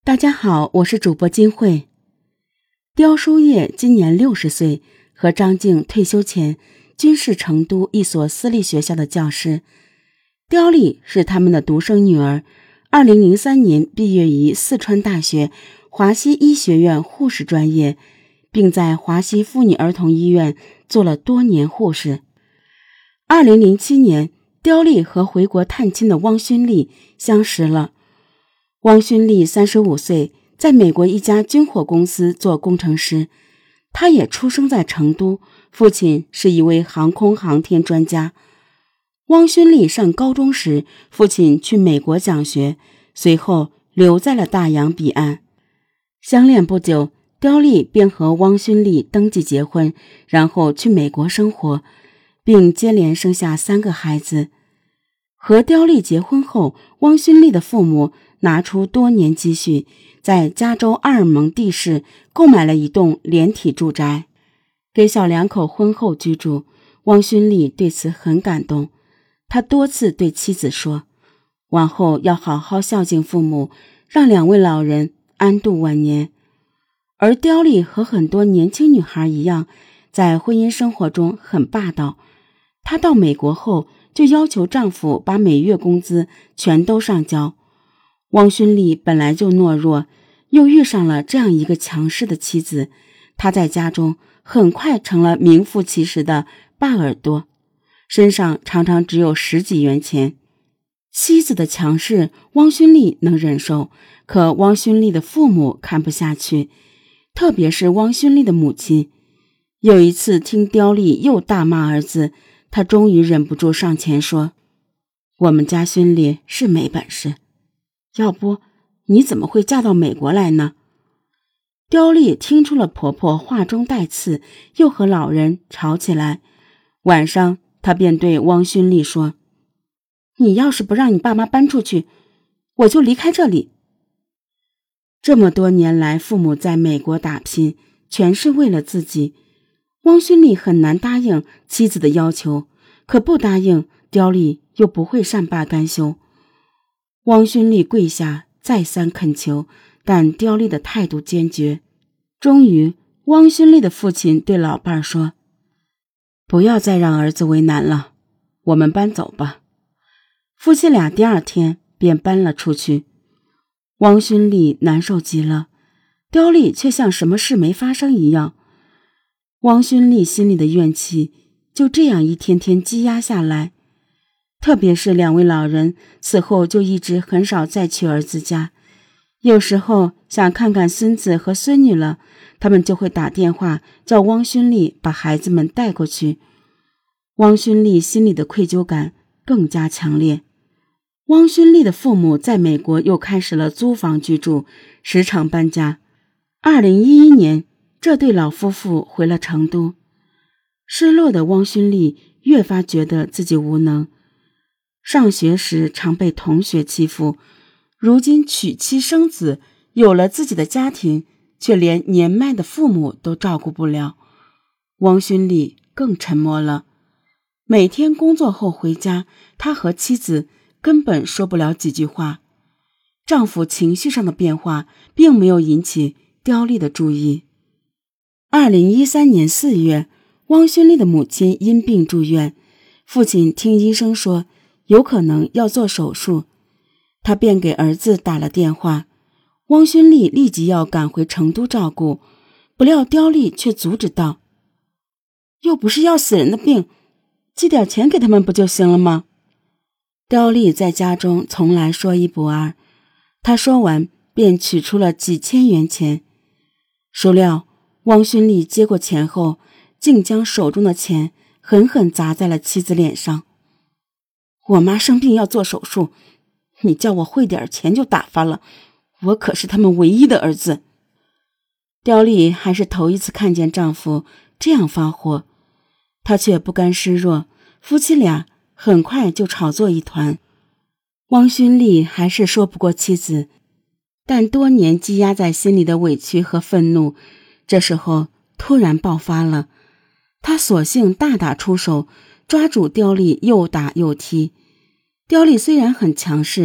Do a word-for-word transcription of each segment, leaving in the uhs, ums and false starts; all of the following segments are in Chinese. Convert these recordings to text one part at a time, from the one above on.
大家好，我是主播金慧。刁书业今年六十岁，和张静退休前均是成都一所私立学校的教师。刁丽是他们的独生女儿，二零零三年毕业于四川大学华西医学院护士专业，并在华西妇女儿童医院做了多年护士。二零零七年，刁丽和回国探亲的汪勋丽相识了。汪勋丽三十五岁，在美国一家军火公司做工程师。他也出生在成都，父亲是一位航空航天专家。汪勋丽上高中时，父亲去美国讲学，随后留在了大洋彼岸。相恋不久，刁丽便和汪勋丽登记结婚，然后去美国生活，并接连生下三个孩子。和刁丽结婚后，汪勋丽的父母拿出多年积蓄，在加州阿尔蒙地市购买了一栋连体住宅，给小两口婚后居住。汪勋丽对此很感动，他多次对妻子说，往后要好好孝敬父母，让两位老人安度晚年。而刁丽和很多年轻女孩一样，在婚姻生活中很霸道。她到美国后就要求丈夫把每月工资全都上交。汪勋丽本来就懦弱，又遇上了这样一个强势的妻子，她在家中很快成了名副其实的霸耳朵，身上常常只有十几元钱。妻子的强势，汪勋丽能忍受，可汪勋丽的父母看不下去，特别是汪勋丽的母亲。有一次听刁丽又大骂儿子，他终于忍不住上前说，我们家勋丽是没本事，要不你怎么会嫁到美国来呢？刁丽听出了婆婆话中带刺，又和老人吵起来。晚上她便对汪勋丽说，你要是不让你爸妈搬出去，我就离开这里。这么多年来，父母在美国打拼，全是为了自己。汪勋丽很难答应妻子的要求，可不答应，刁丽又不会善罢甘休。汪勋丽跪下再三恳求，但刁丽的态度坚决。终于，汪勋丽的父亲对老伴儿说，不要再让儿子为难了，我们搬走吧。夫妻俩第二天便搬了出去。汪勋丽难受极了，刁丽却像什么事没发生一样。汪勋丽心里的怨气就这样一天天积压下来，特别是两位老人此后就一直很少再去儿子家，有时候想看看孙子和孙女了，他们就会打电话叫汪勋丽把孩子们带过去。汪勋丽心里的愧疚感更加强烈。汪勋丽的父母在美国又开始了租房居住，时常搬家。二零一一年，这对老夫妇回了成都。失落的汪勋丽越发觉得自己无能，上学时常被同学欺负，如今娶妻生子，有了自己的家庭，却连年迈的父母都照顾不了。汪勋丽更沉默了。每天工作后回家，他和妻子根本说不了几句话。丈夫情绪上的变化并没有引起刁丽的注意。二零一三年四月，汪勋丽的母亲因病住院，父亲听医生说有可能要做手术，他便给儿子打了电话。汪勋丽立即要赶回成都照顾，不料刁丽却阻止道，又不是要死人的病，寄点钱给他们不就行了吗？刁丽在家中从来说一不二，她说完便取出了几千元钱。孰料汪勋丽接过钱后，竟将手中的钱狠狠砸在了妻子脸上。我妈生病要做手术，你叫我汇点钱就打发了，我可是他们唯一的儿子。刁丽还是头一次看见丈夫这样发火，她却不甘示弱，夫妻俩很快就吵作一团。汪勋丽还是说不过妻子，但多年积压在心里的委屈和愤怒，这时候突然爆发了。他索性大打出手，抓住刁丽又打又踢。刁丽虽然很强势，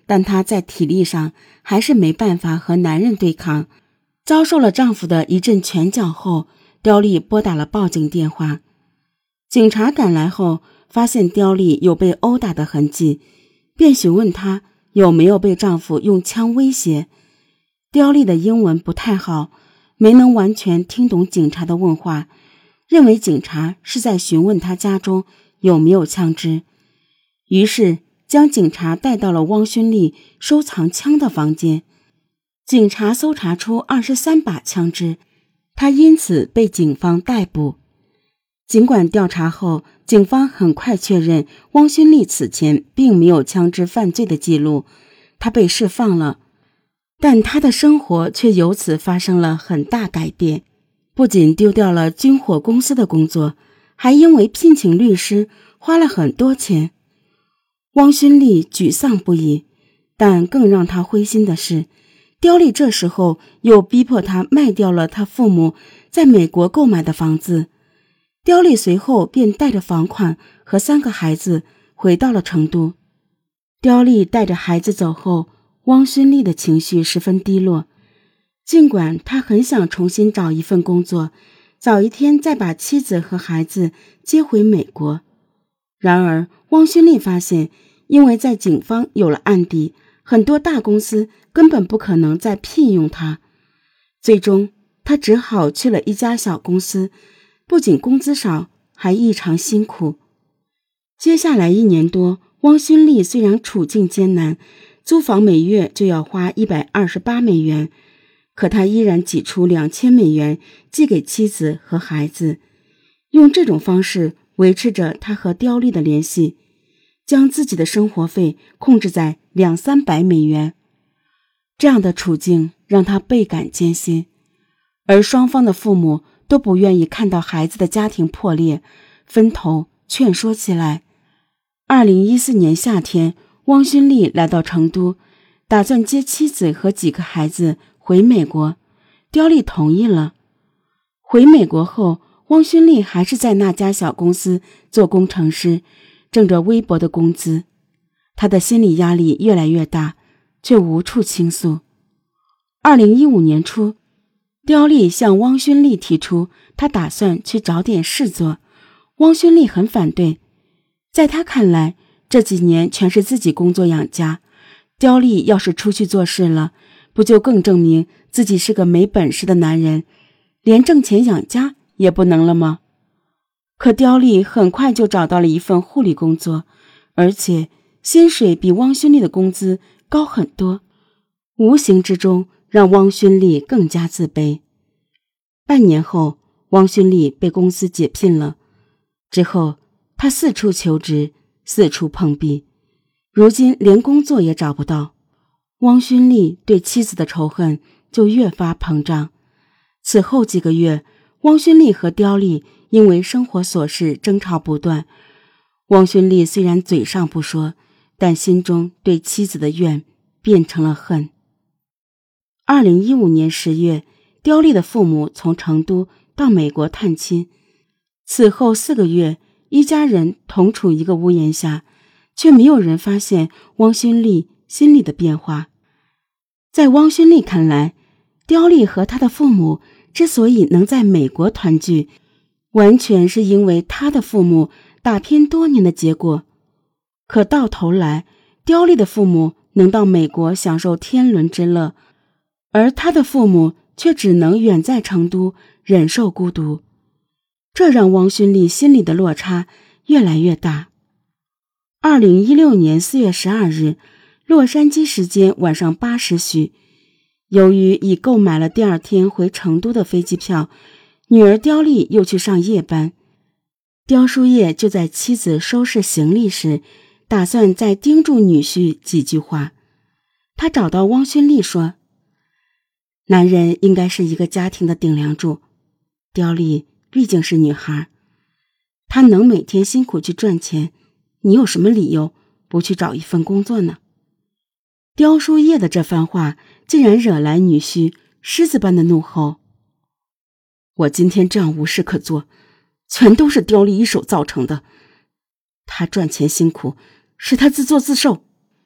但她在体力上还是没办法和男人对抗。遭受了丈夫的一阵拳脚后，刁丽拨打了报警电话。警察赶来后，发现刁丽有被殴打的痕迹，便询问她有没有被丈夫用枪威胁。刁丽的英文不太好，没能完全听懂警察的问话，认为警察是在询问她家中有没有枪支，于是将警察带到了汪勋丽收藏枪的房间。警察搜查出二十三把枪支，他因此被警方逮捕。尽管调查后，警方很快确认汪勋丽此前并没有枪支犯罪的记录，他被释放了，但他的生活却由此发生了很大改变。不仅丢掉了军火公司的工作，还因为聘请律师花了很多钱。汪勋丽沮丧不已，但更让他灰心的是，刁丽这时候又逼迫他卖掉了他父母在美国购买的房子。刁丽随后便带着房款和三个孩子回到了成都。刁丽带着孩子走后，汪勋丽的情绪十分低落。尽管他很想重新找一份工作，早一天再把妻子和孩子接回美国，然而汪勋丽发现，因为在警方有了案底，很多大公司根本不可能再聘用他。最终他只好去了一家小公司，不仅工资少，还异常辛苦。接下来一年多，汪勋丽虽然处境艰难，租房每月就要花一百二十八美元，可他依然挤出两千美元寄给妻子和孩子，用这种方式维持着他和刁丽的联系，将自己的生活费控制在两三百美元。这样的处境让他倍感艰辛，而双方的父母都不愿意看到孩子的家庭破裂，分头劝说起来。二零一四年夏天，汪勋丽来到成都，打算接妻子和几个孩子回美国，刁丽同意了。回美国后，汪勋丽还是在那家小公司做工程师，挣着微薄的工资。他的心理压力越来越大，却无处倾诉。二零一五年初，刁丽向汪勋丽提出他打算去找点事做，汪勋丽很反对。在他看来，这几年全是自己工作养家，刁丽要是出去做事了，不就更证明自己是个没本事的男人，连挣钱养家也不能了吗？可刁丽很快就找到了一份护理工作，而且薪水比汪勋丽的工资高很多，无形之中让汪勋丽更加自卑。半年后，汪勋丽被公司解聘了，之后他四处求职，四处碰壁，如今连工作也找不到。汪勋丽对妻子的仇恨就越发膨胀。此后几个月，汪勋丽和刁丽因为生活琐事争吵不断。汪勋丽虽然嘴上不说，但心中对妻子的怨变成了恨。二零一五年十月，刁丽的父母从成都到美国探亲，此后四个月，一家人同处一个屋檐下，却没有人发现汪勋丽心里的变化。在汪勋丽看来，刁丽和他的父母之所以能在美国团聚，完全是因为他的父母打拼多年的结果。可到头来，刁丽的父母能到美国享受天伦之乐，而他的父母却只能远在成都忍受孤独。这让汪勋丽心里的落差越来越大。二零一六年四月十二日，洛杉矶时间晚上八时许，由于已购买了第二天回成都的飞机票，女儿刁丽又去上夜班。刁叔夜就在妻子收拾行李时，打算再叮嘱女婿几句话。他找到汪勋丽说，男人应该是一个家庭的顶梁柱，刁丽毕竟是女孩，她能每天辛苦去赚钱，你有什么理由不去找一份工作呢？刁叔夜的这番话竟然惹来女婿狮子般的怒吼。我今天这样无事可做，全都是刁丽一手造成的。他赚钱辛苦，是他自作自受。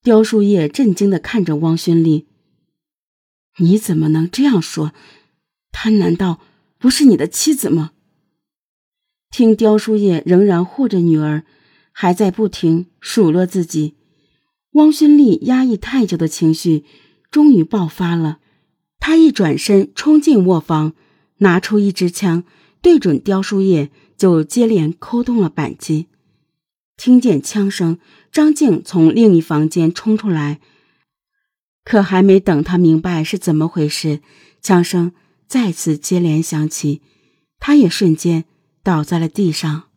雕树叶震惊地看着汪勋丽：“你怎么能这样说？她难道不是你的妻子吗？”听雕树叶仍然护着女儿，还在不停数落自己，汪勋丽压抑太久的情绪终于爆发了。他一转身冲进卧房，拿出一支枪，对准雕树叶就接连扣动了扳机。听见枪声，张静从另一房间冲出来，可还没等他明白是怎么回事，枪声再次接连响起，他也瞬间倒在了地上。